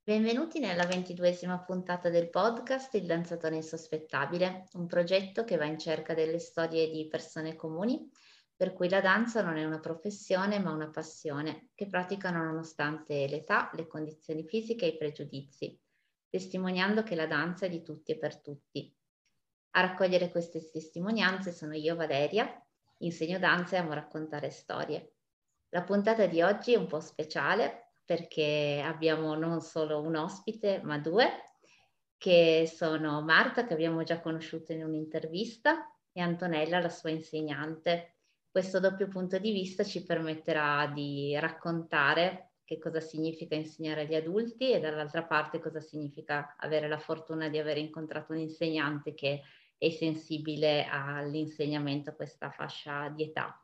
Benvenuti nella 22esima puntata del podcast Il danzatore insospettabile, un progetto che va in cerca delle storie di persone comuni, per cui la danza non è una professione ma una passione, che praticano nonostante l'età, le condizioni fisiche e i pregiudizi, testimoniando che la danza è di tutti e per tutti. A raccogliere queste testimonianze sono io, Valeria, insegno danza e amo raccontare storie. La puntata di oggi è un po' speciale perché abbiamo non solo un ospite, ma due, che sono Marta, che abbiamo già conosciuto in un'intervista, e Antonella, la sua insegnante. Questo doppio punto di vista ci permetterà di raccontare che cosa significa insegnare agli adulti e dall'altra parte cosa significa avere la fortuna di aver incontrato un insegnante che è sensibile all'insegnamento a questa fascia di età.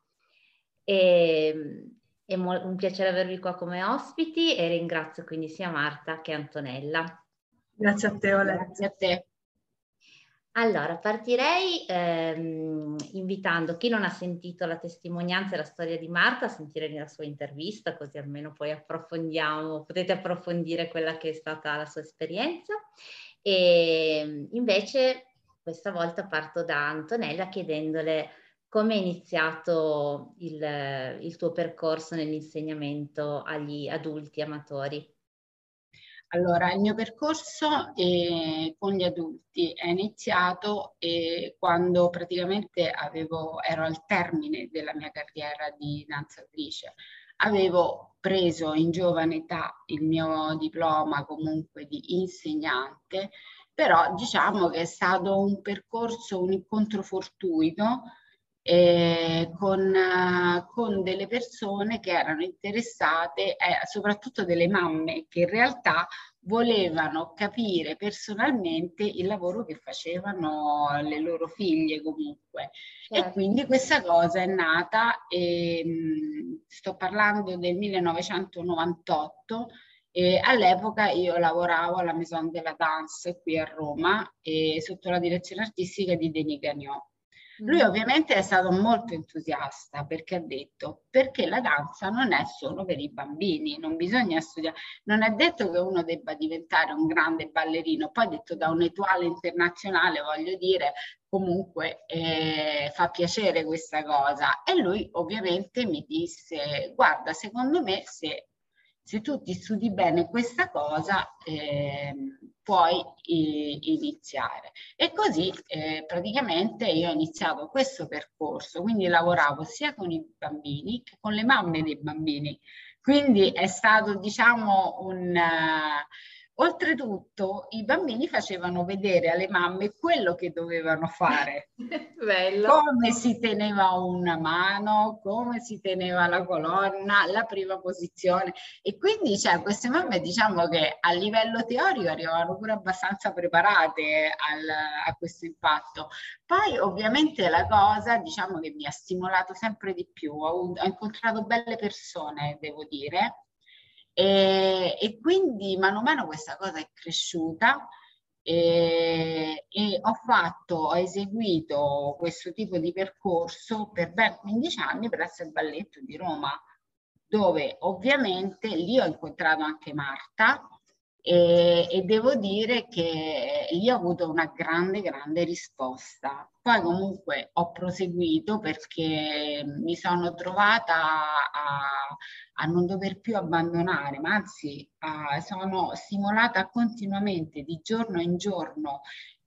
È un piacere avervi qua come ospiti e ringrazio quindi sia Marta che Antonella. Grazie a te, Valeria. Grazie a te. Allora, partirei invitando chi non ha sentito la testimonianza e la storia di Marta a sentire la sua intervista, così almeno poi potete approfondire quella che è stata la sua esperienza. E invece questa volta parto da Antonella chiedendole come è iniziato il tuo percorso nell'insegnamento agli adulti amatori. Allora, il mio percorso con gli adulti è iniziato quando praticamente ero al termine della mia carriera di danzatrice. Avevo preso in giovane età il mio diploma comunque di insegnante, però diciamo che è stato un percorso, un incontro fortuito con delle persone che erano interessate, soprattutto delle mamme che in realtà volevano capire personalmente il lavoro che facevano le loro figlie comunque. Certo. E quindi questa cosa è nata, sto parlando del 1998, all'epoca io lavoravo alla Maison de la Danse qui a Roma sotto la direzione artistica di Denis Gagnon. Lui ovviamente è stato molto entusiasta perché ha detto perché la danza non è solo per i bambini, non bisogna studiare, non è detto che uno debba diventare un grande ballerino, poi detto da un'etuale internazionale, voglio dire, comunque fa piacere questa cosa. E lui ovviamente mi disse guarda, secondo me se tu ti studi bene questa cosa puoi iniziare. E così praticamente io ho iniziato questo percorso, quindi lavoravo sia con i bambini che con le mamme dei bambini. Quindi è stato, diciamo, oltretutto i bambini facevano vedere alle mamme quello che dovevano fare. Bello. Come si teneva una mano, come si teneva la colonna, la prima posizione. E quindi queste mamme diciamo che a livello teorico arrivavano pure abbastanza preparate a questo impatto. Poi ovviamente la cosa diciamo che mi ha stimolato sempre di più, ho incontrato belle persone, devo dire, e quindi mano a mano questa cosa è cresciuta. E ho eseguito questo tipo di percorso per ben 15 anni presso il Balletto di Roma, dove ovviamente lì ho incontrato anche Marta e devo dire che lì ho avuto una grande risposta. Poi comunque ho proseguito perché mi sono trovata a non dover più abbandonare, ma anzi sono stimolata continuamente di giorno in giorno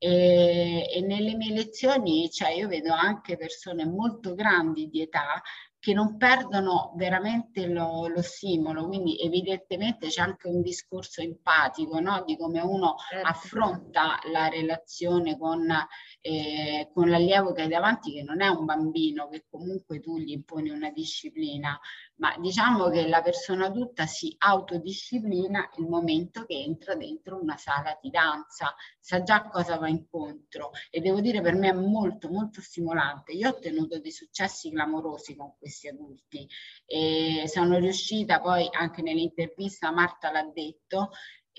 e nelle mie lezioni io vedo anche persone molto grandi di età che non perdono veramente lo stimolo, quindi evidentemente c'è anche un discorso empatico, no? Di come uno affronta la relazione con l'allievo che hai davanti, che non è un bambino, che comunque tu gli imponi una disciplina, ma diciamo che la persona adulta si autodisciplina il momento che entra dentro una sala di danza, sa già cosa va incontro e devo dire per me è molto stimolante. Io ho ottenuto dei successi clamorosi con questi adulti e sono riuscita poi anche nell'intervista, Marta l'ha detto,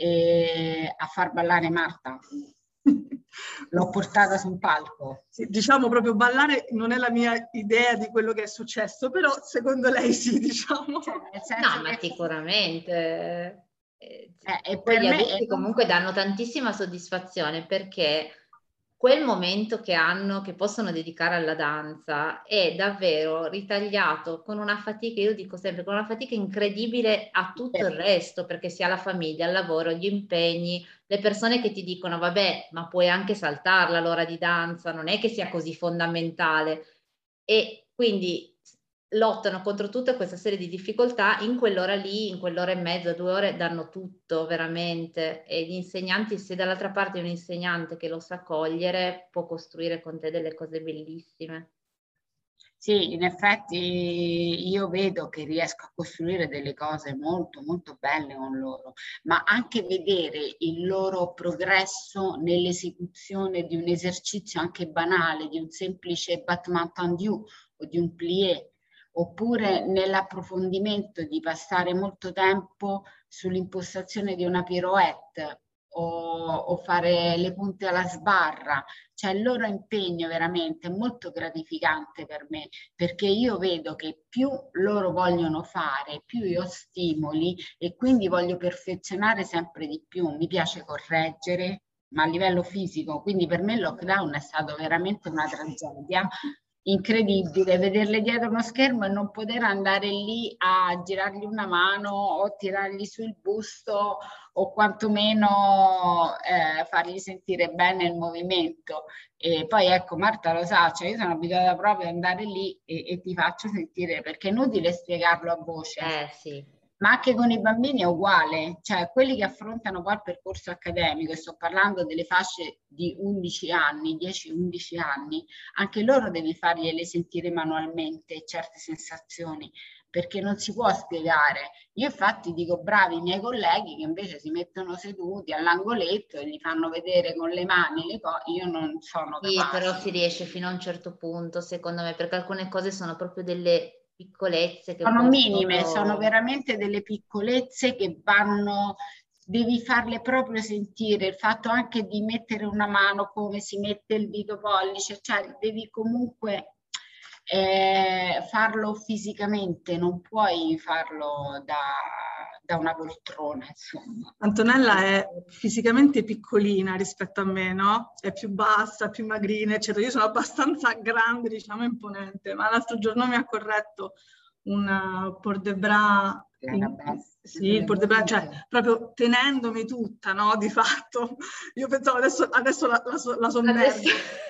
a far ballare Marta. L'ho portata su un palco. Sì, diciamo proprio ballare non è la mia idea di quello che è successo, però secondo lei sì, diciamo. Nel senso no, ma sicuramente. E poi per gli me adulti comunque danno tantissima soddisfazione, perché quel momento che hanno, che possono dedicare alla danza, è davvero ritagliato con una fatica, io dico sempre, con una fatica incredibile a tutto il resto, perché si ha la famiglia, il lavoro, gli impegni, le persone che ti dicono vabbè, ma puoi anche saltarla l'ora di danza, non è che sia così fondamentale. E quindi lottano contro tutta questa serie di difficoltà, in quell'ora lì, in quell'ora e mezza, 2 ore, danno tutto veramente. E gli insegnanti, se dall'altra parte è un insegnante che lo sa cogliere, può costruire con te delle cose bellissime. Sì, in effetti io vedo che riesco a costruire delle cose molto molto belle con loro, ma anche vedere il loro progresso nell'esecuzione di un esercizio anche banale, di un semplice battement tendu o di un plié, oppure nell'approfondimento di passare molto tempo sull'impostazione di una pirouette o fare le punte alla sbarra. Cioè il loro impegno veramente è molto gratificante per me, perché io vedo che più loro vogliono fare, più io stimoli e quindi voglio perfezionare sempre di più. Mi piace correggere, ma a livello fisico, quindi per me il lockdown è stato veramente una tragedia incredibile, vederle dietro uno schermo e non poter andare lì a girargli una mano o tirargli sul busto o quantomeno fargli sentire bene il movimento. E poi ecco, Marta lo sa, cioè io sono abituata proprio ad andare lì e ti faccio sentire, perché è inutile spiegarlo a voce. Sì. Ma anche con i bambini è uguale, cioè quelli che affrontano poi il percorso accademico, e sto parlando delle fasce di 11 anni, 10-11 anni, anche loro devi fargliele sentire manualmente certe sensazioni, perché non si può spiegare. Io infatti dico bravi i miei colleghi che invece si mettono seduti all'angoletto e gli fanno vedere con le mani le cose, io non sono Sì, però capace. si riesce fino a un certo punto, secondo me, perché alcune cose sono proprio delle piccolezze che Sono minime, sono possono... veramente delle piccolezze che vanno, devi farle proprio sentire, il fatto anche di mettere una mano come si mette il dito pollice, cioè devi comunque farlo fisicamente, non puoi farlo da una poltrona, insomma. Antonella è fisicamente piccolina rispetto a me, no? È più bassa, più magrina, eccetera. Io sono abbastanza grande, diciamo, imponente, ma l'altro giorno mi ha corretto un port de bras, sì, il port de bras, cioè proprio tenendomi tutta, no? Di fatto. Io pensavo adesso la sommergo.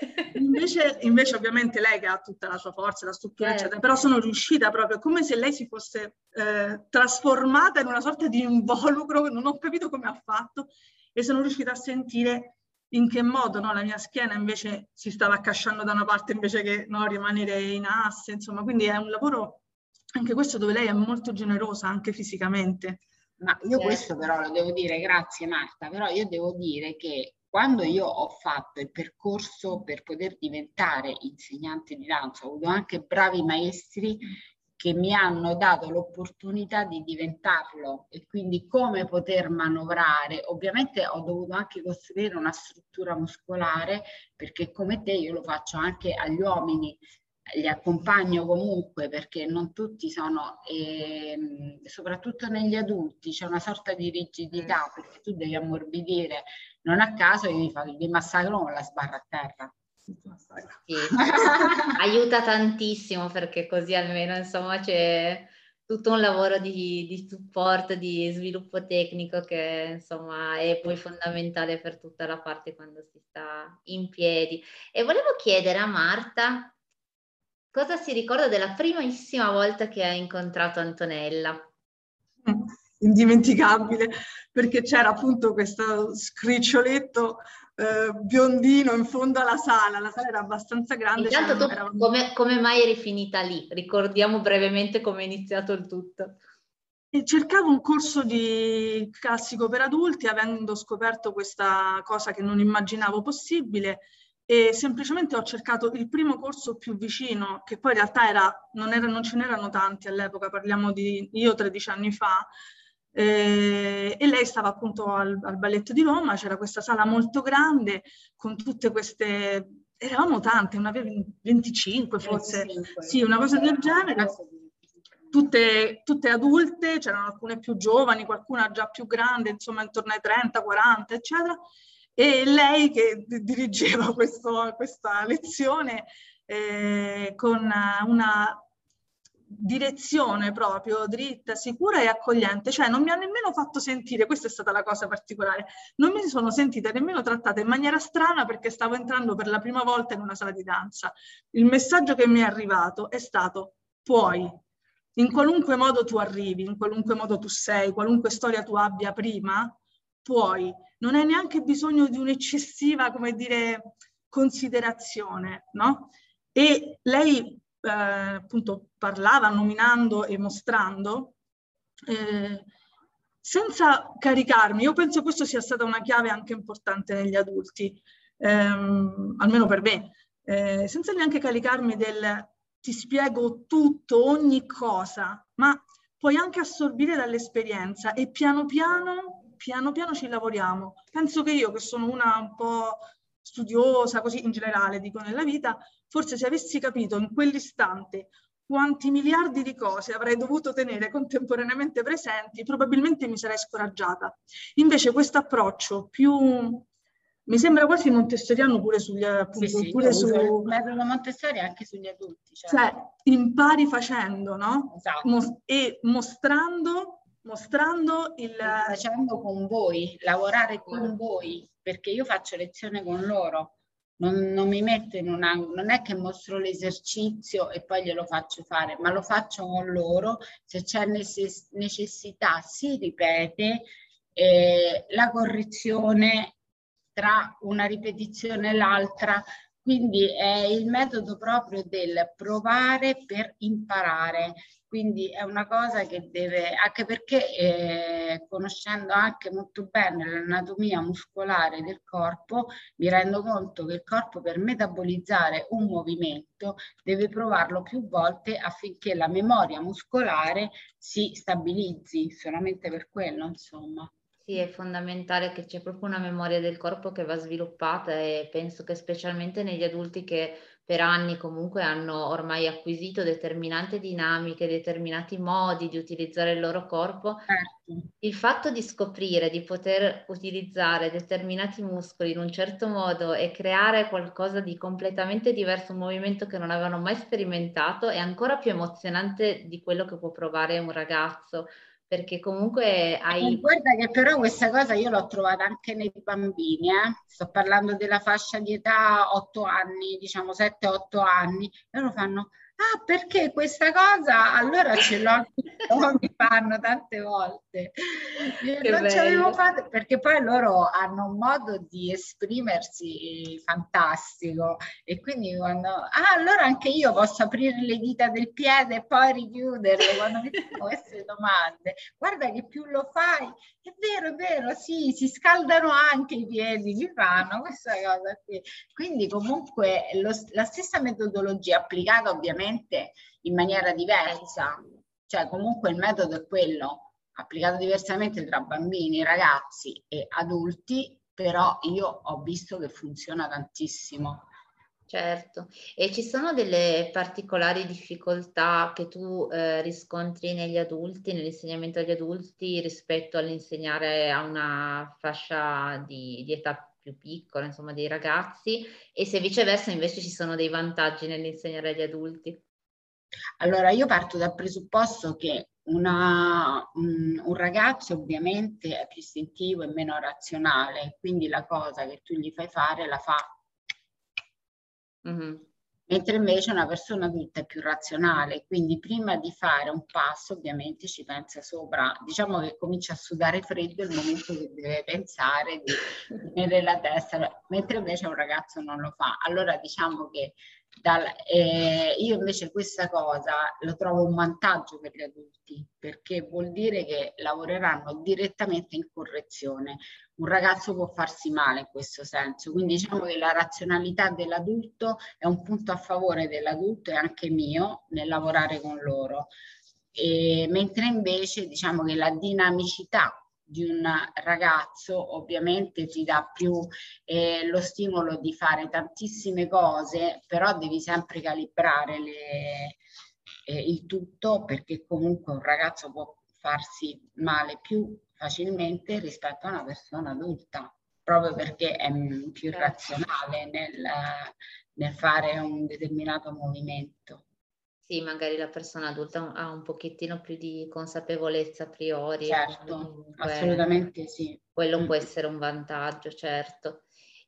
Invece ovviamente lei che ha tutta la sua forza, la struttura, eccetera, però sono riuscita proprio, come se lei si fosse trasformata in una sorta di involucro, non ho capito come ha fatto, e sono riuscita a sentire in che modo, no, la mia schiena invece si stava accasciando da una parte invece che, no, rimanere in asse, insomma, quindi è un lavoro, anche questo, dove lei è molto generosa, anche fisicamente. Ma io questo però lo devo dire, grazie Marta, però io devo dire che quando io ho fatto il percorso per poter diventare insegnante di danza, ho avuto anche bravi maestri che mi hanno dato l'opportunità di diventarlo e quindi come poter manovrare. Ovviamente ho dovuto anche costruire una struttura muscolare, perché come te io lo faccio anche agli uomini, li accompagno comunque perché non tutti sono, soprattutto negli adulti c'è una sorta di rigidità perché tu devi ammorbidire, non a caso io vi massacro con la sbarra a terra. Sì. Aiuta tantissimo, perché così almeno insomma c'è tutto un lavoro di supporto, di sviluppo tecnico che insomma è poi fondamentale per tutta la parte quando si sta in piedi. E volevo chiedere a Marta cosa si ricorda della primissima volta che ha incontrato Antonella. Indimenticabile, perché c'era appunto questo scriccioletto biondino in fondo alla sala. La sala era abbastanza grande. Intanto tu come mai eri finita lì? Ricordiamo brevemente come è iniziato il tutto. E cercavo un corso di classico per adulti, avendo scoperto questa cosa che non immaginavo possibile, e semplicemente ho cercato il primo corso più vicino, che poi in realtà non ce n'erano tanti all'epoca, parliamo di io 13 anni fa, e lei stava appunto al Balletto di Roma, c'era questa sala molto grande con tutte queste, eravamo tante, una 25 forse, 25. sì, una cosa del genere. tutte adulte, c'erano alcune più giovani, qualcuna già più grande, insomma intorno ai 30, 40, eccetera, e lei che dirigeva questa lezione con una direzione proprio dritta, sicura e accogliente, cioè non mi ha nemmeno fatto sentire, questa è stata la cosa particolare, non mi sono sentita nemmeno trattata in maniera strana perché stavo entrando per la prima volta in una sala di danza. Il messaggio che mi è arrivato è stato: puoi, in qualunque modo tu arrivi, in qualunque modo tu sei, qualunque storia tu abbia prima, puoi, non hai neanche bisogno di un'eccessiva, come dire, considerazione, no? E lei appunto parlava nominando e mostrando senza caricarmi. Io penso questo sia stata una chiave anche importante negli adulti, almeno per me, senza neanche caricarmi del ti spiego tutto, ogni cosa, ma puoi anche assorbire dall'esperienza e piano piano ci lavoriamo. Penso che io, che sono una un po' studiosa, così in generale, dico nella vita, forse se avessi capito in quell'istante quanti miliardi di cose avrei dovuto tenere contemporaneamente presenti, probabilmente mi sarei scoraggiata. Invece questo approccio più, mi sembra quasi montessoriano pure sugli appunto, sì, pure su il metodo Montessori anche sugli adulti. Cioè impari facendo, no? Esatto. E mostrando il... Facendo con voi, lavorare con voi, perché io faccio lezione con loro. Non mi metto in un angolo, non è che mostro l'esercizio e poi glielo faccio fare, ma lo faccio con loro. Se c'è necessità si ripete, la correzione tra una ripetizione e l'altra, quindi è il metodo proprio del provare per imparare. Quindi è una cosa che deve, anche perché conoscendo anche molto bene l'anatomia muscolare del corpo, mi rendo conto che il corpo per metabolizzare un movimento deve provarlo più volte affinché la memoria muscolare si stabilizzi, solamente per quello, insomma. Sì, è fondamentale che c'è proprio una memoria del corpo che va sviluppata e penso che specialmente negli adulti che per anni comunque hanno ormai acquisito determinate dinamiche, determinati modi di utilizzare il loro corpo, Certo. il fatto di scoprire di poter utilizzare determinati muscoli in un certo modo e creare qualcosa di completamente diverso, un movimento che non avevano mai sperimentato, è ancora più emozionante di quello che può provare un ragazzo. Perché comunque hai... Guarda che però questa cosa io l'ho trovata anche nei bambini, sto parlando della fascia di età 8 anni, diciamo 7-8 anni, loro fanno, ah perché questa cosa allora ce l'ho anche io, mi fanno tante volte. Non ci avevo fatto, perché poi loro hanno un modo di esprimersi fantastico e quindi quando, allora anche io posso aprire le dita del piede e poi richiuderle quando mi fanno queste domande. Guarda che più lo fai, è vero, sì, si scaldano anche i piedi, mi fanno questa cosa qui. Quindi comunque la stessa metodologia applicata ovviamente in maniera diversa, cioè comunque il metodo è quello, applicato diversamente tra bambini, ragazzi e adulti, però io ho visto che funziona tantissimo. Certo, e ci sono delle particolari difficoltà che tu riscontri negli adulti, nell'insegnamento agli adulti rispetto all'insegnare a una fascia di età più piccola, insomma dei ragazzi, e se viceversa invece ci sono dei vantaggi nell'insegnare agli adulti? Allora, io parto dal presupposto che un ragazzo ovviamente è più istintivo e meno razionale, quindi la cosa che tu gli fai fare la fa. Mm-hmm. Mentre invece una persona adulta è più razionale, quindi prima di fare un passo ovviamente ci pensa sopra, diciamo che comincia a sudare freddo il momento che deve pensare di tenere la testa, mentre invece un ragazzo non lo fa. Allora diciamo che io invece questa cosa lo trovo un vantaggio per gli adulti, perché vuol dire che lavoreranno direttamente in correzione. Un ragazzo può farsi male in questo senso, quindi diciamo che la razionalità dell'adulto è un punto a favore dell'adulto e anche mio nel lavorare con loro, mentre invece diciamo che la dinamicità di un ragazzo ovviamente ti dà più lo stimolo di fare tantissime cose, però devi sempre calibrare il tutto perché comunque un ragazzo può farsi male più facilmente rispetto a una persona adulta, proprio perché è più razionale nel fare un determinato movimento. Sì, magari la persona adulta ha un pochettino più di consapevolezza a priori. Certo, assolutamente sì. Quello può essere un vantaggio, certo.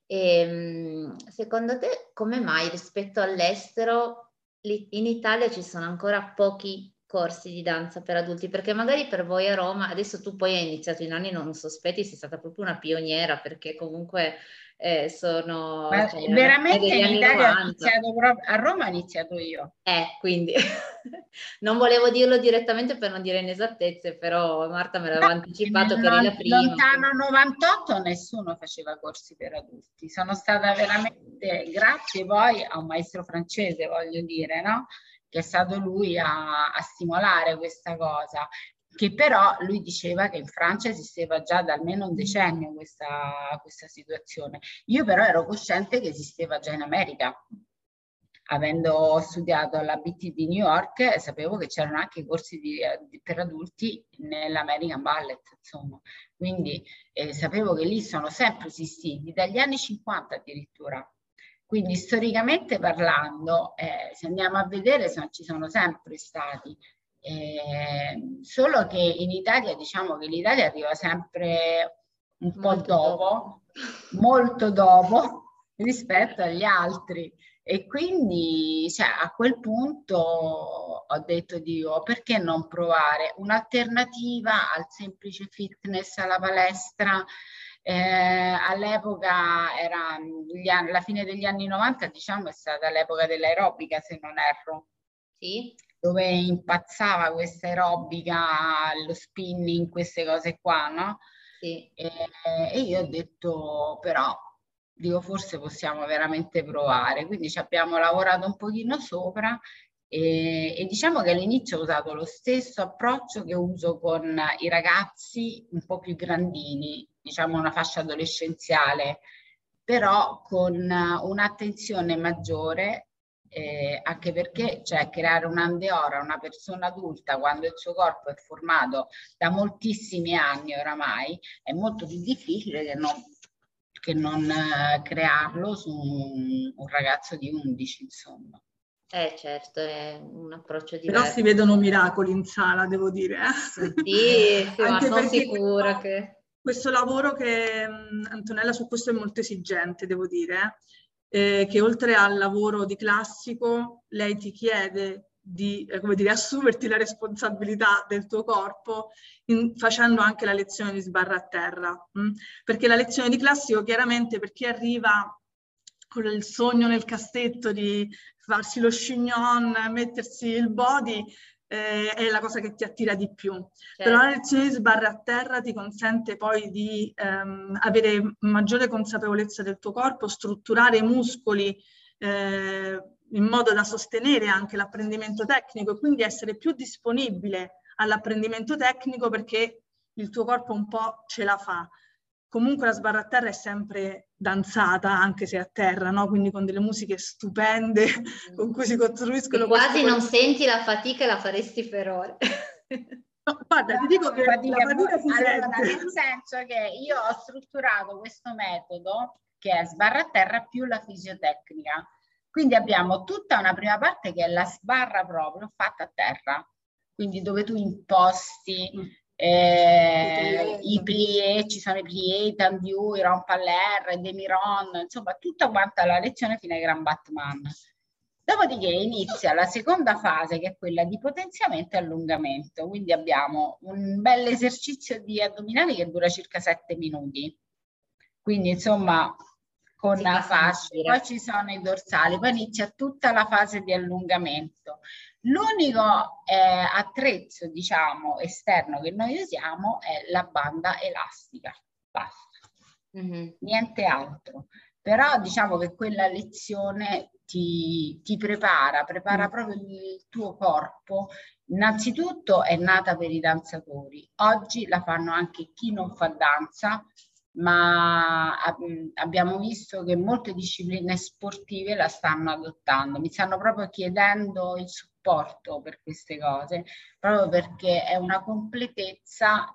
E, secondo te come mai rispetto all'estero in Italia ci sono ancora pochi corsi di danza per adulti? Perché magari per voi a Roma, adesso tu poi hai iniziato in anni non sospetti, sei stata proprio una pioniera perché comunque sono cioè, veramente degli in anni Italia 90. a Roma ho iniziato io. Quindi non volevo dirlo direttamente per non dire inesattezze, però Marta me l'aveva anticipato che eri la prima. Lontano 98 nessuno faceva corsi per adulti. Sono stata veramente, grazie poi a un maestro francese, voglio dire, no? Che è stato lui a stimolare questa cosa, che però lui diceva che in Francia esisteva già da almeno un decennio questa situazione. Io però ero cosciente che esisteva già in America. Avendo studiato all'ABT di New York, sapevo che c'erano anche corsi per adulti nell'American Ballet, insomma. Quindi sapevo che lì sono sempre esistiti, dagli anni 50 addirittura. Quindi storicamente parlando, se andiamo a vedere, ci sono sempre stati. Solo che in Italia, diciamo che l'Italia arriva sempre un po' dopo, molto dopo rispetto agli altri. E quindi a quel punto ho detto, Dio, perché non provare un'alternativa al semplice fitness, alla palestra? All'epoca era la fine degli anni 90, diciamo, è stata l'epoca dell'aerobica, se non erro. Sì. Dove impazzava questa aerobica, lo spinning, queste cose qua, no? Sì. E io ho detto, però, dico, forse possiamo veramente provare. Quindi ci abbiamo lavorato un pochino sopra e diciamo che all'inizio ho usato lo stesso approccio che uso con i ragazzi un po' più grandini, diciamo una fascia adolescenziale, però con un'attenzione maggiore. Anche perché creare un'andeora a una persona adulta quando il suo corpo è formato da moltissimi anni oramai è molto più difficile che non crearlo su un ragazzo di 11, insomma. Certo, è un approccio Però diverso. si vedono miracoli in sala, devo dire. Sì, ma Anche sono perché sicura che... Questo lavoro che Antonella su questo è molto esigente, devo dire, che oltre al lavoro di classico, lei ti chiede di come dire, assumerti la responsabilità del tuo corpo facendo anche la lezione di sbarra a terra. Perché la lezione di classico, chiaramente, per chi arriva con il sogno nel cassetto di farsi lo chignon, mettersi il body, è la cosa che ti attira di più. Certo. Però la lezione di sbarra a terra ti consente poi di avere maggiore consapevolezza del tuo corpo, strutturare i muscoli in modo da sostenere anche l'apprendimento tecnico e quindi essere più disponibile all'apprendimento tecnico perché il tuo corpo un po' ce la fa. Comunque la sbarra a terra è sempre danzata, anche se a terra, no? Quindi con delle musiche stupende con cui si costruiscono. E quasi non senti la fatica e la faresti per ore. No, guarda, ti dico che la fatica si allora, sente. nel senso che io ho strutturato questo metodo che è sbarra a terra più la fisiotecnica. Quindi abbiamo tutta una prima parte che è la sbarra proprio fatta a terra, quindi dove tu imposti i plié, ci sono i plié, i tendu, i rompalère, i demi-ron, insomma tutta quanta la lezione fino ai Grand Batman. Dopodiché inizia la seconda fase che è quella di potenziamento e allungamento, quindi abbiamo un bel esercizio di addominali che dura circa 7 minuti, quindi insomma con la fascia, poi ci sono i dorsali, poi inizia tutta la fase di allungamento. L'unico attrezzo, diciamo, esterno che noi usiamo è la banda elastica, basta, niente altro. Però diciamo che quella lezione ti prepara proprio il tuo corpo. Innanzitutto è nata per i danzatori, oggi la fanno anche chi non fa danza, ma abbiamo visto che molte discipline sportive la stanno adottando, mi stanno proprio chiedendo il supporto supporto per queste cose, proprio perché è una completezza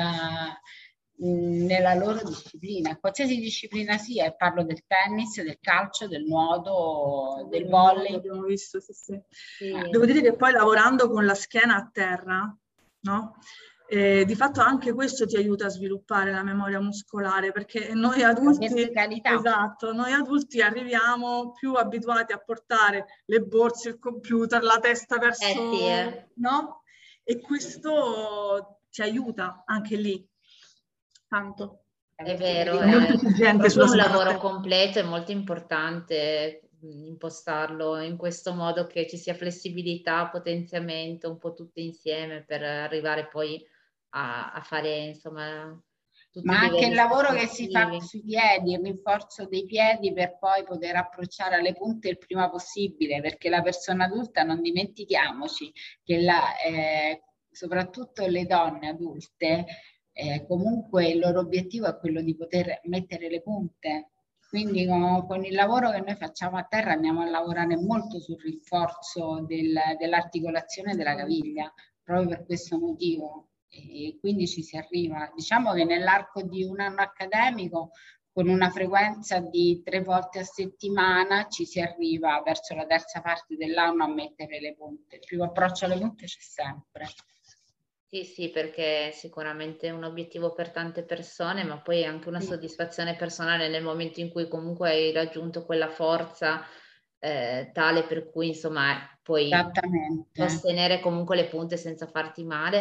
nella loro disciplina, qualsiasi disciplina sia, e parlo del tennis, del calcio, del nuoto, del volley. Abbiamo visto, sì. Sì. Devo dire che poi lavorando con la schiena a terra, no? Di fatto anche questo ti aiuta a sviluppare la memoria muscolare, perché noi adulti, esatto, noi adulti arriviamo più abituati a portare le borse, il computer, la testa verso, no? E questo ti aiuta anche lì, tanto. È vero, è molto esigente proprio un lavoro completo, è molto importante impostarlo in questo modo che ci sia flessibilità, potenziamento, un po' tutte insieme per arrivare poi a fare, insomma, tutti ma i anche il lavoro che si fa sportivi. sui piedi, il rinforzo dei piedi per poi poter approcciare alle punte il prima possibile, perché la persona adulta, non dimentichiamoci che soprattutto le donne adulte, comunque il loro obiettivo è quello di poter mettere le punte. Quindi con il lavoro che noi facciamo a terra andiamo a lavorare molto sul rinforzo dell'articolazione della caviglia, proprio per questo motivo. E quindi ci si arriva. Diciamo che nell'arco di un anno accademico, con una frequenza di 3 volte a settimana, ci si arriva verso la terza parte dell'anno a mettere le punte. Il primo approccio alle punte c'è sempre. Sì, perché sicuramente è un obiettivo per tante persone, ma poi è anche una soddisfazione personale nel momento in cui comunque hai raggiunto quella forza tale per cui insomma puoi sostenere comunque le punte senza farti male,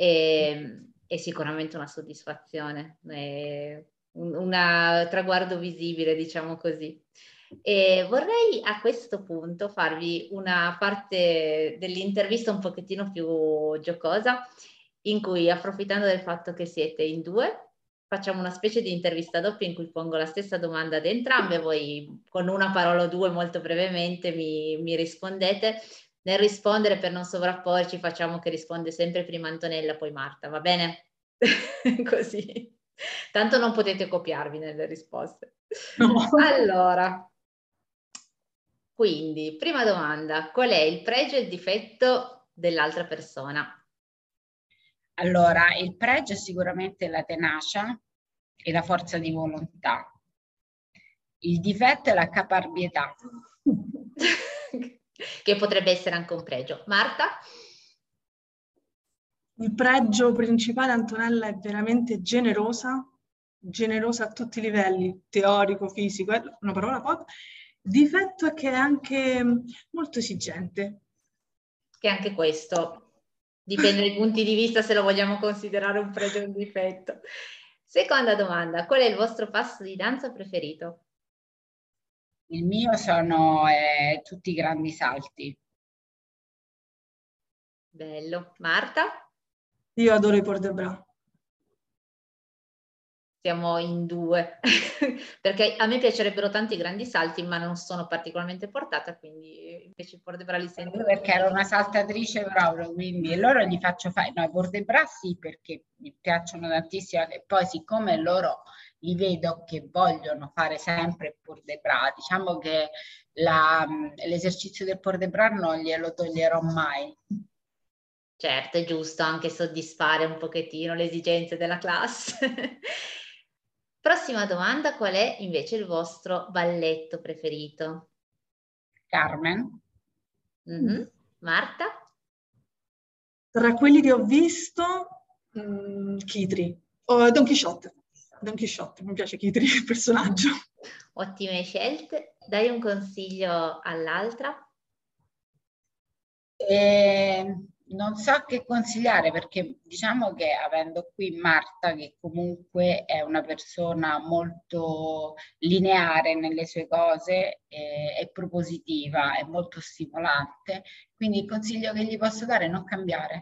è sicuramente una soddisfazione, è un traguardo visibile, diciamo così. E vorrei a questo punto farvi una parte dell'intervista un pochettino più giocosa, in cui, approfittando del fatto che siete in due, facciamo una specie di intervista doppia in cui pongo la stessa domanda ad entrambe, voi con una parola o due molto brevemente mi rispondete. Nel rispondere, per non sovrapporci, facciamo che risponde sempre prima Antonella, poi Marta, va bene? Così. Tanto non potete copiarvi nelle risposte. No. Allora, quindi, prima domanda, qual è il pregio e il difetto dell'altra persona? Allora, il pregio è sicuramente la tenacia e la forza di volontà. Il difetto è la caparbietà. Che potrebbe essere anche un pregio. Marta? Il pregio principale, Antonella, è veramente generosa a tutti i livelli, teorico, fisico, una parola poca. Il difetto è che è anche molto esigente. Che anche questo dipende dai punti di vista se lo vogliamo considerare un pregio o un difetto. Seconda domanda, qual è il vostro passo di danza preferito? Il mio sono tutti i grandi salti. Bello. Marta? Io adoro i port de bras. Siamo in due, perché a me piacerebbero tanti grandi salti, ma non sono particolarmente portata, quindi invece i port de bras li sento. Perché ero una saltatrice proprio, quindi loro gli faccio fare, no, i port de bras sì, perché mi piacciono tantissimo, e poi siccome loro li vedo che vogliono fare sempre il port de bras, diciamo che l'esercizio del port de bras non glielo toglierò mai. Certo, è giusto anche soddisfare un pochettino le esigenze della classe. Prossima domanda, qual è invece il vostro balletto preferito? Carmen? Marta? Tra quelli che ho visto, Kitri, Don Chisciotte. Don Chisciotte, mi piace Kitri, il personaggio. Ottime scelte. Dai un consiglio all'altra? Non so che consigliare, perché diciamo che avendo qui Marta, che comunque è una persona molto lineare nelle sue cose, è propositiva, è molto stimolante, quindi il consiglio che gli posso dare è non cambiare.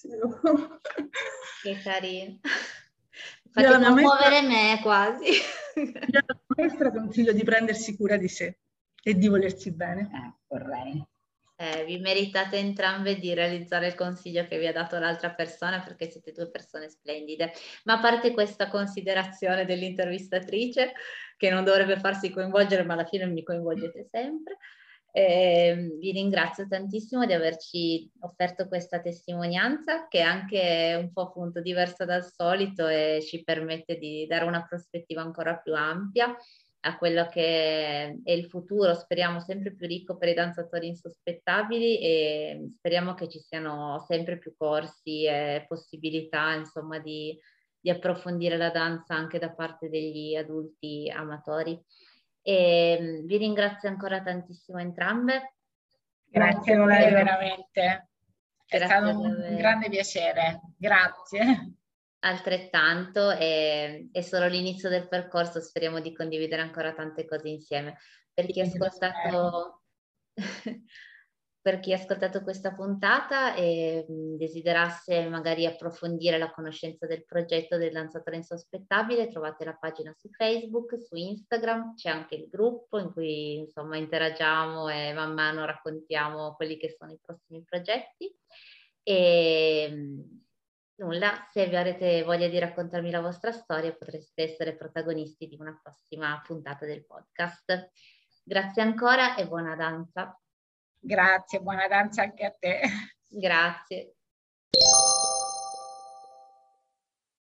Che carino. Fate commuovere me quasi. Io alla maestra consiglio di prendersi cura di sé e di volersi bene. Vorrei. Vi meritate entrambe di realizzare il consiglio che vi ha dato l'altra persona, perché siete due persone splendide. Ma a parte questa considerazione dell'intervistatrice, che non dovrebbe farsi coinvolgere, ma alla fine mi coinvolgete sempre, Vi ringrazio tantissimo di averci offerto questa testimonianza, che è anche un po' appunto diversa dal solito e ci permette di dare una prospettiva ancora più ampia a quello che è il futuro, speriamo sempre più ricco per i danzatori insospettabili, e speriamo che ci siano sempre più corsi e possibilità, insomma, di approfondire la danza anche da parte degli adulti amatori. E vi ringrazio ancora tantissimo entrambe. Grazie a te, veramente. È Grazie stato un grande piacere. Grazie. Altrettanto, è solo l'inizio del percorso, speriamo di condividere ancora tante cose insieme. Per chi ha ascoltato, per chi ha ascoltato questa puntata e desiderasse magari approfondire la conoscenza del progetto del Danzatore Insospettabile, trovate la pagina su Facebook, su Instagram, c'è anche il gruppo in cui insomma interagiamo e man mano raccontiamo quelli che sono i prossimi progetti. E nulla, se vi avrete voglia di raccontarmi la vostra storia, potreste essere protagonisti di una prossima puntata del podcast. Grazie ancora e buona danza. Grazie, buona danza anche a te. Grazie.